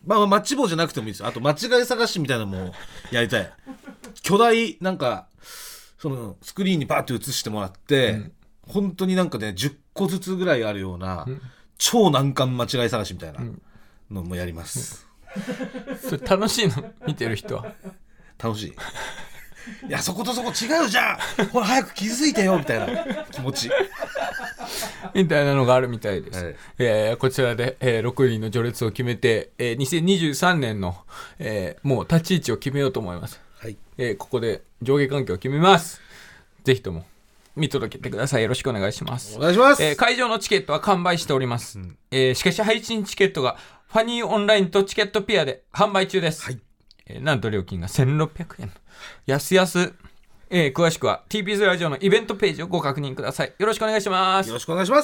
まあマッチ棒じゃなくてもいいですよ。あと間違い探しみたいなのもやりたい。巨大なんかそのスクリーンにバーって映してもらって、うん、本当になんかねじゅっこずつぐらいあるような、うん、超難関間違い探しみたいなのもやります、 うん、それ楽しいの見てる人は。 楽しい。いやそことそこ違うじゃんほら早く気づいてよみたいな気持ちみたいなのがあるみたいです、はい。えー、こちらで、えー、ろくにんの序列を決めて、えー、にせんにじゅうさんねんの、えー、もう立ち位置を決めようと思います、はいえー、ここで上下関係を決めます。ぜひとも見届けてください。よろしくお願いします。 お願いします、 えー、会場のチケットは完売しております、うんえー、しかし配信チケットがファニーオンラインとチケットピアで販売中です、はいえー、なんと料金がせんろっぴゃくえん安々、えー、詳しくは ティーピーエス ラジオのイベントページをご確認ください。よろしくお願いします。 よろしくお願いします。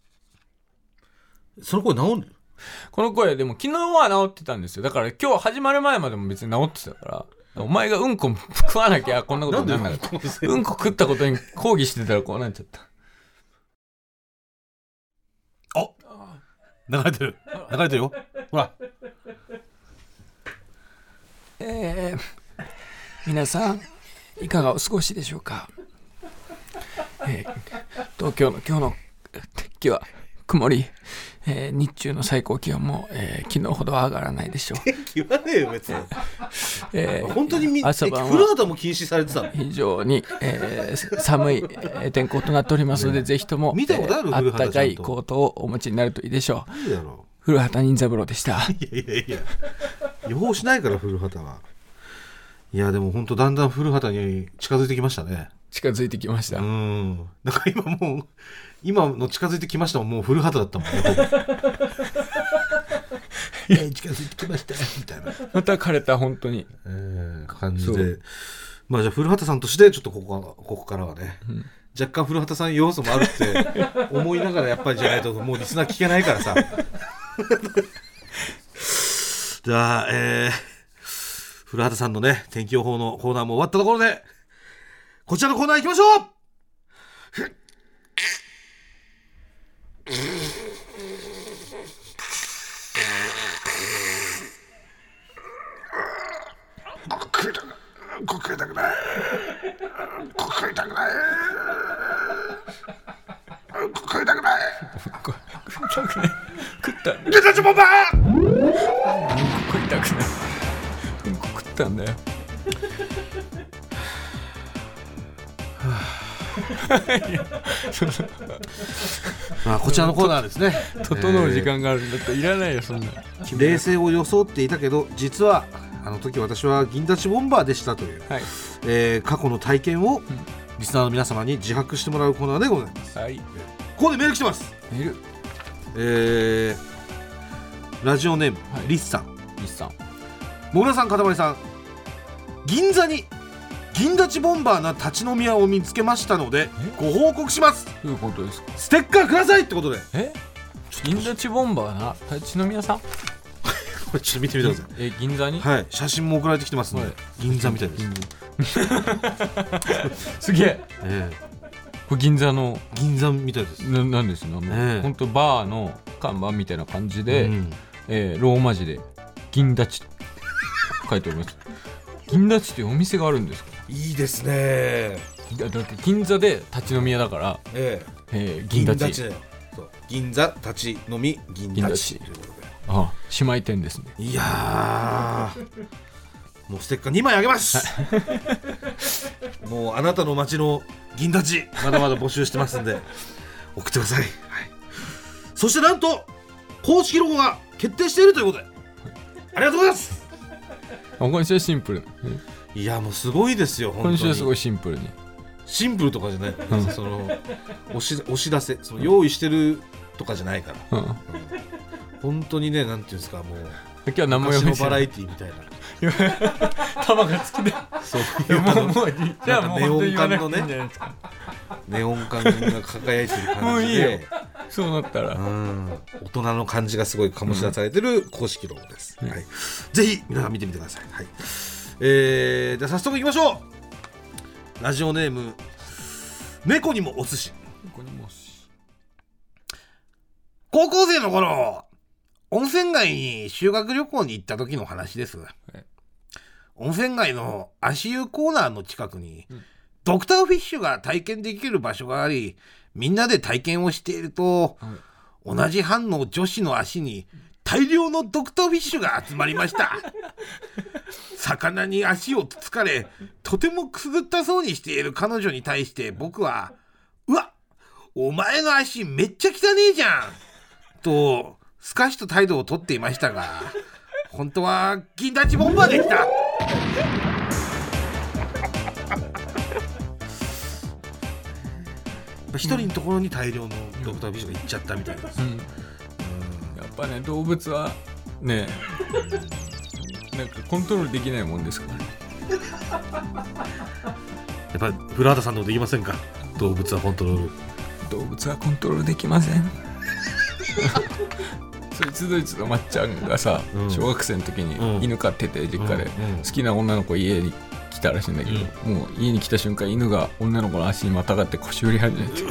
その声治んねん。 この声でも昨日は治ってたんですよ。だから今日始まる前までも別に治ってたからお前がうんこ食わなきゃこんなことにならなかった。うんこ食ったことに抗議してたらこうなっちゃった。 あ流れてる流れてるよほら。 えー、皆さんいかがお過ごしでしょうか、えー、東京の今日の天気は曇り、えー、日中の最高気温も、えー、昨日ほどは上がらないでしょう。 天気はねえよ別に、えー、本当にみ朝晩は古畑も禁止されてたの。 非常に、えー、寒い天候となっておりますので、ね、ぜひとも見たことある、 えー、あったかいコートをお持ちになるといいでしょう。いいだろう。古畑任三郎でした。 いやいやいや予報しないから古畑は。いやでも本当だんだん古畑に近づいてきましたね。 近づいてきました。 うんなんか今もう今の近づいてきましたもんもう古畑だったもんね。いや近づいてきましたみたいなまた枯れた本当に、 えー、感じでまあじゃあ古畑さんとしてちょっとここはここからはね、うん、若干古畑さん要素もあるって思いながらやっぱりじゃないともうリスナー聞けないからさ。じゃあ、えー、古畑さんのね天気予報のコーナーも終わったところでこちらのコーナー行きましょう。食いたくない食いたくない食いたくない食いたくない食ったゲタチボンバー食いたくないうんこ食ったんだよ。 まあこちらのコーナーですね。 整う時間があるんだったらいらないよそんな。 冷静を装っていたけど実はあの時私は銀立ちボンバーでしたという、はいえー、過去の体験をリスナーの皆様に自白してもらうコーナーでございます、はい、ここでメール来てます。 メール、 えー、ラジオネーム、はい、リスさんリスさんもぐらさんかたまりさん銀座に銀立ちボンバーな立ち飲み屋を見つけましたのでご報告します。 どういうことですか。 ステッカーくださいってことで。 え銀立ちボンバーな立ち飲み屋さんこれちょっと見てみてください。 え銀座にはい写真も送られてきてますので、はい、銀座みたいですすげえ、えー、これ銀座の銀座みたいです。 ななんですね、えー、ほんとバーの看板みたいな感じで、うんえー、ローマ字で銀立ちと書いております。銀立ちっていうお店があるんですか。 いいですね。 だって銀座で立ち飲み屋だから、えーえー、銀立ち。 銀立ちだよ。そう銀座立ち飲み銀立ちということで。 ああ姉妹店ですね。 いやもうステッカーにまいあげますもうあなたの街の銀立ちまだまだ募集してますんで送ってください、はい、そしてなんと公式ロゴが決定しているということでありがとうございます。 今週はシンプル。 いやもうすごいですよ本当に。 今週はすごいシンプルにシンプルとかじゃない、うん、その押し、押し出せその用意してるとかじゃないから、うんうん本当にねなんていうんですかもう今日は何も読めない昔のバラエティみたいな玉が好きでそういやもうもうじゃあもうネオン管のねネオン管が輝いてる感じでもういいよそうなったらうん大人の感じがすごい醸し出されてる公式ロゴです、うんはい、ぜひ皆さん見てみてください、はいえー、では早速いきましょう。ラジオネーム猫にもお寿司。猫にもお寿司。高校生の頃温泉街に修学旅行に行った時の話です。温泉街の足湯コーナーの近くに、うん、ドクターフィッシュが体験できる場所があり、みんなで体験をしていると、うん、同じ班の女子の足に大量のドクターフィッシュが集まりました。魚に足をつつかれ、とてもくすぐったそうにしている彼女に対して僕は、うわ、お前の足めっちゃ汚ねえじゃんとすかしと態度をとっていましたが、本当は銀立ちボンバーでした。一人のところに大量のドクターフィッシュが行っちゃったみたいです、うんうん、やっぱね、動物はねなんかコントロールできないもんですからね。 やっぱり古畑さんのできませんか？動物はコントロール動物はコントロールできません。そいつどいつのまっちゃんがさ、うん、小学生の時に犬飼ってて実家で、うんうん、好きな女の子家に来たらしいんだけど、うん、もう家に来た瞬間犬が女の子の足にまたがって腰振り始めて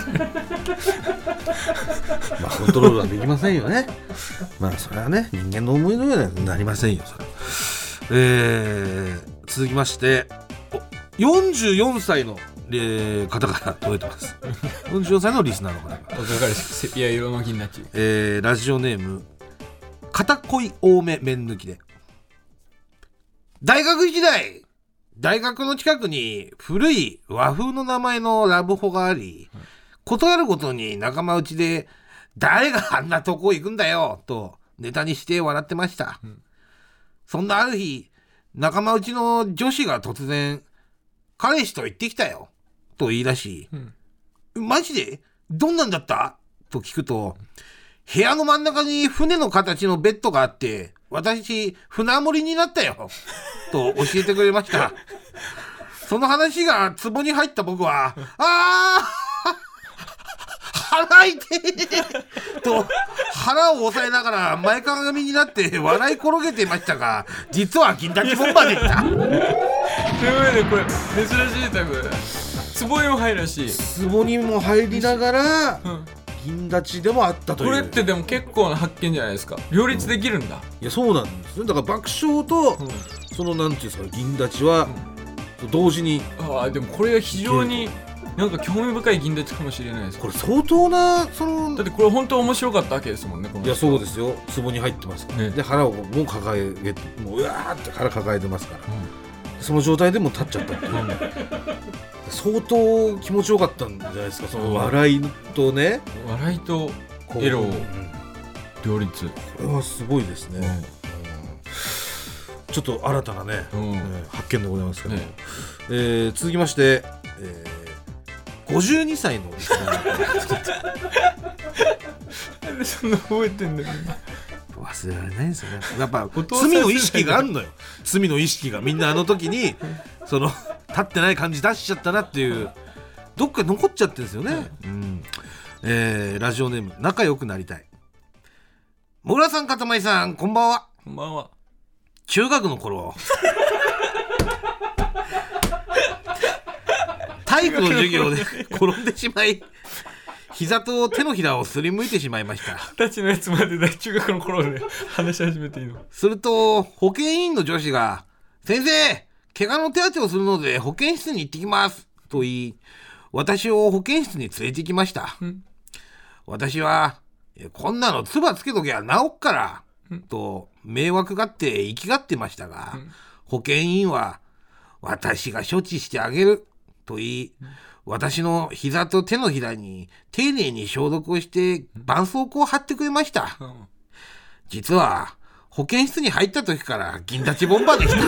まあコントロールはできませんよね。まあそれはね、人間の思いのようにはなりませんよ。それ、えー、続きましてよんじゅうよんさいの、えー、方から届いてます。よんじゅうよんさいのリスナーの方がセピア色の銀立ち、 えー、ラジオネーム片恋多め面抜きで、大学時代大学の近くに古い和風の名前のラブホがあり、ことあるごとに仲間内で誰があんなとこ行くんだよとネタにして笑ってました、うん、そんなある日、仲間内の女子が突然彼氏と行ってきたよと言い出し、うん、マジでどんなんだったと聞くと、部屋の真ん中に船の形のベッドがあって私船盛りになったよと教えてくれました。その話が壺に入った僕は、あー腹痛いと腹を押さえながら前かがみになって笑い転げていましたが、実は銀立ちボンバーでした。 というわけでこれ珍しいタイプ、壺にも入るし壺にも入りながら、うん、銀立ちでもあったという。 これってでも結構な発見じゃないですか。両立できるんだ、うん、 いやそうなんですね。だから爆笑と、うん、そのなんていうんですか、銀立ちは、うん、同時に。 ああ、でもこれは非常になんか興味深い銀立ちかもしれないです。 これ相当なそのだってこれ本当面白かったわけですもんね。このいやそうですよ、壺に入ってますから、ね、で腹をもう抱えもううわーって腹抱えてますから、うん、その状態でも立っちゃったっていう、うん、相当気持ちよかったんじゃないですか。その笑いとね、 笑いとエロを両立、 これはすごいですね、うんうん、ちょっと新たなね、うんえー、発見でございますけど、ねえー、続きまして、えー、ごじゅうにさいのなんでそんな覚えてんだよ。 忘れられないんですよね。やっぱ罪の意識があるのよ。罪の意識がみんなあの時にその立ってない感じ出しちゃったなっていうどっか残っちゃってるんですよね、うん、えー、ラジオネーム仲良くなりたい。もぐらさん、かたまりさん、こんばんは。 こんばんは。 中学の頃体育の授業で転んでしまい膝と手のひらをすりむいてしまいました。 二十歳のやつまで中学の頃で話し始めていいの。 すると保健委員の女子が、先生、怪我の手当てをするので保健室に行ってきますと言い、私を保健室に連れて行きました。私は、こんなの唾つけときゃ治っからと迷惑がって生きがってましたが、保健委員は、私が処置してあげると言い、私の膝と手のひらに丁寧に消毒をして絆創膏を貼ってくれました。実は保健室に入った時から銀立ちボンバーでした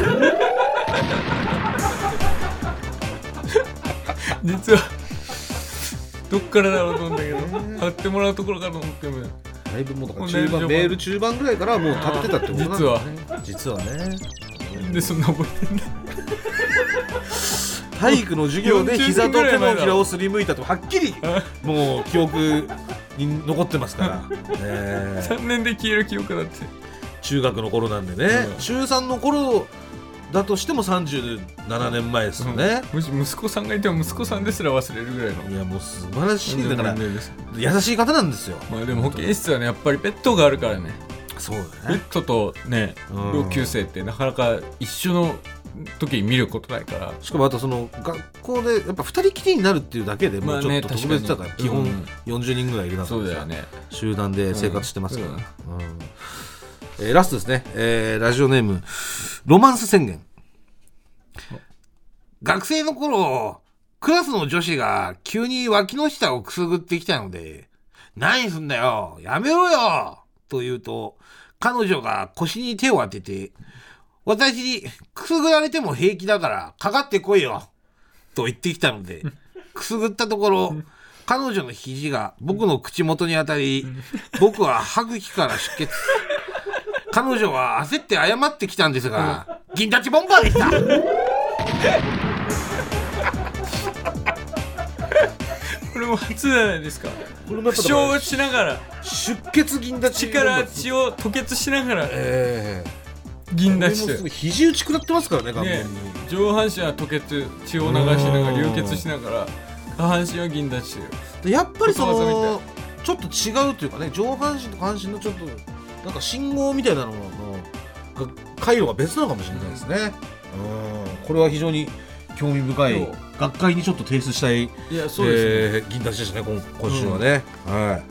実はどっからだろうと思うんだけど、貼ってもらうところからと思ってもだいぶもうだから中盤、メール中盤ぐらいからもう立ってたってことなんだね。実は実はね。 なんでそんな覚えてんだ。 体育の授業で膝と手のひらをすりむいたとはっきりもう記憶に残ってますから、 えー、さんねんで消える記憶だって。 中学の頃なんでね、うん、中さんの頃だとしてもさんじゅうななねんまえですよね、 うん、もし息子さんがいても息子さんですら忘れるぐらいの。 いやもう素晴らしい。だから優しい方なんですよ。 まあでも保健室はね、やっぱりペットがあるからね。 そうだペッね。 トとね同級生ってなかなか一緒の時に見ることないから。 しかもあとその学校でやっぱ二人きりになるっていうだけでもうちょっと特別だから、 まあね、 基本うんよんじゅうにんぐらいいる中でそうだよね。 集団で生活してますから、 うんうんえーラストですね、えーラジオネームロマンス宣言。学生の頃クラスの女子が急に脇の下をくすぐってきたので、何すんだよやめろよと言うと、彼女が腰に手を当てて、私にくすぐられても平気だからかかってこいよと言ってきたので、くすぐったところ彼女の肘が僕の口元に当たり、僕は歯茎から出血。彼女は焦って謝ってきたんですが、銀立ちボンバーでした。 これも初じゃないですか。 これもやっぱ負傷しながら出血銀立ち血から血を吐血しながらえ銀え出してる。 肘打ち食らってますからね、完ね全に、 上半身は吐血血を流しながら流血しながら下半身は銀出してる。 でやっぱりそことわのちょっと違うというかね、上半身と下半身のちょっとなんか信号みたいなののが回路が別なのかもしれないですね。うん、これは非常に興味深い、学会にちょっと提出したい、 いやそうですね、 えー銀立ちでしたね、今今週はね、はい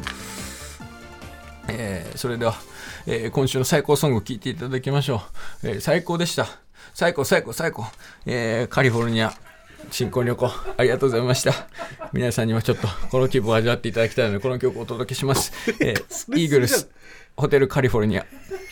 えーそれでは、えー今週の最高ソングを聴いていただきましょう。えー最高でした。最高最高最高、えーカリフォルニア新婚旅行ありがとうございました。皆さんにもちょっとこの気分を味わっていただきたいのでこの曲をお届けします。えーイーグルスホテルカリフォルニア。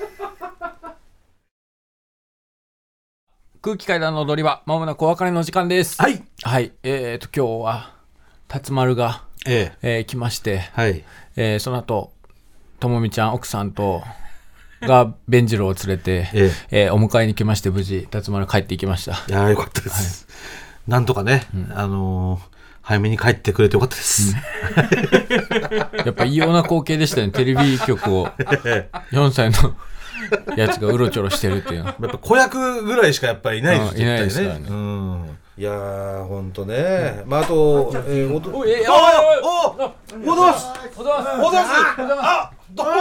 空気階段の踊り場、まもなくお別れの時間です。 はいはい、えーと今日は辰丸が、 ええー来まして、 えはいえーその後ともみちゃん奥さんとが弁次郎を連れて、 ええーお迎えに来まして、無事辰丸帰っていきました。 いやーよかったです、なんとかね、あのー早めに帰ってくれてよかったです、 やっぱ異様な光景でしたね。テレビ局をよんさいのやつがうろちょろしてるっていうの。 やっぱ子役ぐらいしかやっぱりいないです、 うんいないです絶からね対うんいやーほんとね、まああと、えー、おとおい、えー、 おおいおおおどうすおざますおどうすあどう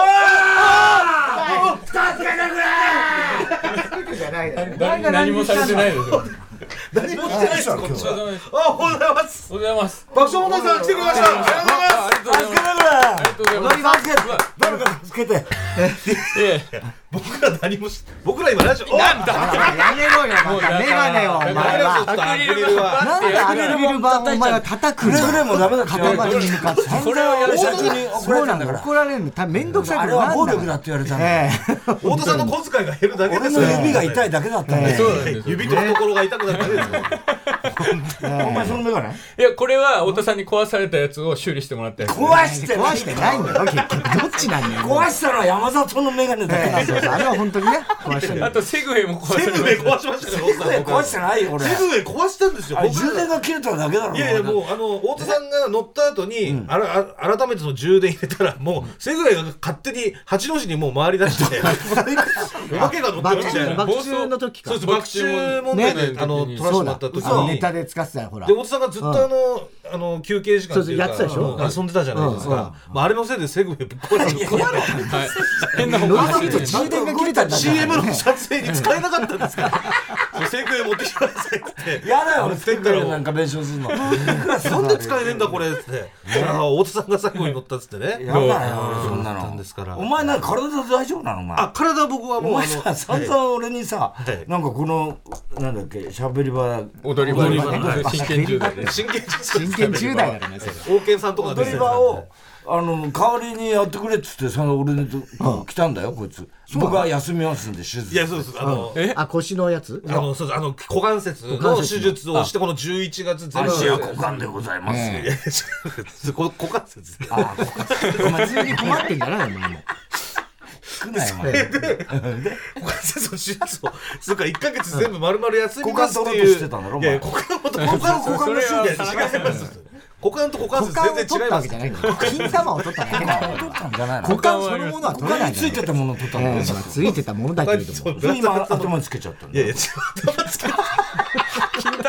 誰何もされてないですよ。 何もしてないですよこっちは。あおはようございます。 おはようございます。 爆笑問題さん来てくれました。ありがとうございます。 ありがとうございます。ありがとうございます。 誰かつけてええ、 僕ら何もし僕ら今ラジオなんだやめろよバカメガネよお前はアクリル板なんでアクリル板をお前は叩くのくれぐれもダメだって塊に向かってそれはやる社長に怒られたんだから怒られるのためんどくさいあれは暴力だって言われたんだえ太田さんの小遣いが減るだけですよ。 俺の指が痛いだけだったんだよそうなんですよ。 指と懐が痛くなるだけですよ。 お前そのメガネいや、これは太田さんに壊されたやつを修理してもらったやつ。 壊してえ壊してないんだよ結局どっちなんだよ壊したのは山里のメガネだけなんだよそうそうあれは本当にね壊してるあとセグウェイも壊さセれた。 グウェイ壊しましたね。太田さん壊してないよ俺セグウェイ壊したんですよ。 あれ僕ら充電が切れただけだろいやいやもうあの太田さんが乗った後に、あらあ改めてその充電入れたらもうセグウェイが勝手に八の字にもう回り出してお化けが乗ってるみたいな。 爆中の時かそうです爆中問題で、 ねあの撮らせてもらった時あのにネタで使ってたよほらで太田さんがずっとあの、あの休憩時間っていうかそうそうやってたでしょうん遊んでたじゃないですか、 うんうんまあ、あれのせいでセグウェイぶっ壊れたのはい。変な方向乗りすぎて充電が切れたんだシーエム の撮影に使えなかったんですからセグウェイ持ってきてくださいってやだよ俺持ってんだろなんか弁償するのなんで使えねえんだこれっつってああ太田さんが最後に乗ったっつってねやだよそんななんのですからお前なんか体大丈夫なのお前あ体は僕はもお前うあのさ散々俺にさはいなんかこのなんだっけしゃべり場踊り場に踊り場ね真剣じゅうだいで。 真剣真剣じゅう代だからねそれ王権さんとか踊り場をあの代わりにやってくれっつってその俺にと来たんだよこいつ僕は休みますんで手術いやそうですあのえあ腰のやつあのそうですあの股関節の手術をしてこのじゅういちがつ全部足は股間でございますいやいや違うこ股関節であお前普通に困ってんじゃないのお前も少ないお前股関節の手術をそれからいっかげつ全部丸々休みますって股間取ろういうとしてたんだろおいやい前や股間と股間股間の手術それは違います股間と股関節股間を全然違います取ったわけじゃないんだよ金玉を取っただけだよ取ったんじゃないの股間そのものは取れないついてたものを取ったんだようんまあついてたものだけれどもそれ今頭につけちゃったんだよいやいや違う頭つけ金玉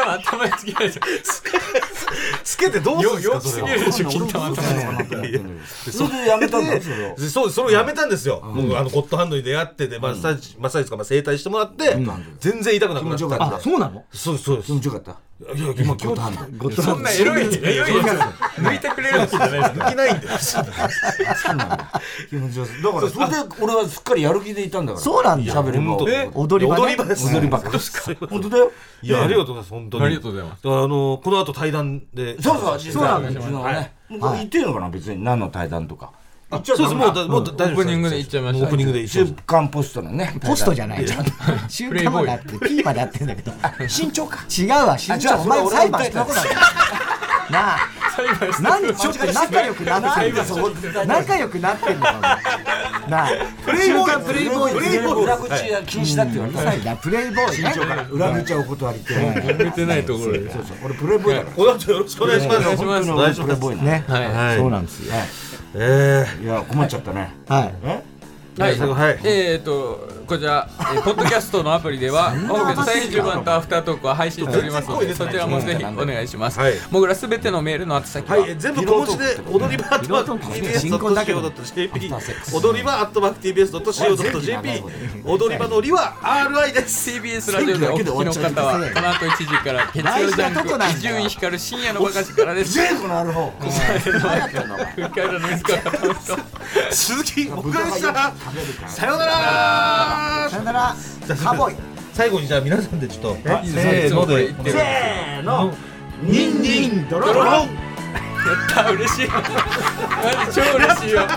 玉頭につけないじゃん。 つけてどうするんですかよそれは。 よすぎるでしょ金玉頭に。 それでやめたんだよそれを。 そうそれをやめたんですよ。僕あのゴッドハンドに出会ってでマッサージマッサージとかまあ整体してもらって全然痛くなくなったんで。 あ、そうなの？ そうですそうです。 気持ちよかった。 いや今ゴッドハンド。 ゴッドハンド。 そんなエロいエロいやつ抜いてくれるわけじゃないですか。 抜きないんだよ。 そうなんだ。気持ちよさ。だからそれで俺はすっかりやる気でいたんだから。 そうなんだ。 喋り場。 え踊り場ね。 踊り場です。 踊り場か。本当だよ。 いやありがとうございます本当に。 ありがとうございます。 だからあのこの後対談で。 そうそうそうなんですようちのね。もう言っていいのかな別に何の対談とか。 そうですもうだもう大丈夫です。 オープニングで言っちゃいました。 オープニングで言っちゃい週まし刊ポストのね。 ポストじゃない。週刊まであって、P まであってんだけど。 身長か。 違うわ、身長。お前裁判したことある。なあ。何ちょっと仲良くなってんの。仲良くなってんのか。なあ。 プレイボーイプレイボーイ。 プレイボーイ裏口は禁止だって言われた。 うるさいな、プレイボーイね。 裏口はお断りって。 やめてないところで。 そうそう。俺プレイボーイだから。 この後よろしくお願いします。 お願いしますお願いします。 プレイボーイな。 ね。 はいそうなんですよ。 えいや困っちゃったね。 はい。 え？ はい、 はいえーとこちら、えー、ポッドキャストのアプリでは本編さんじゅうばんとアフタートークは配信しておりますのでそちらもぜひお願いします。 はいもぐらすべてのメールの宛先は、 はい、全部小文字で踊り場アットマーク ティービーエス ドット シーオー ドット ジェーピー 踊り場アットマーク ティービーエス ドット シーオー ドット ジェーピー 踊り場のりは アールアイ です。 ティービーエス ラジオでお聞きの方はこの後いちじから月曜ジャンク伊集院光深夜のバカ力です。 全部のある方。 空海の水川かたまと鈴木もぐらでしたさようなら。 さよなら。カウボーイ。 最後にじゃあ皆さんでちょっといいですねいつもこれ言ってる。 せーの。ニンニンドロロン。 やった嬉しいマジ超嬉しいよ。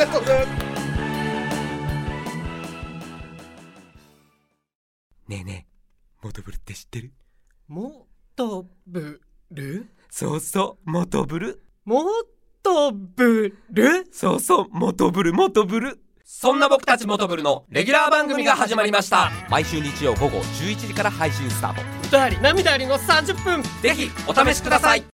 ねえねえ、モトブルって知ってる？ モトブル？ そうそう、モトブル。 モトブル？ そうそう、モトブル、モトブル。そんな僕たちモトブルのレギュラー番組が始まりました。毎週日曜午後じゅういちじから配信スタート。 歌あり涙ありのさんじゅっぷん。 ぜひお試しください。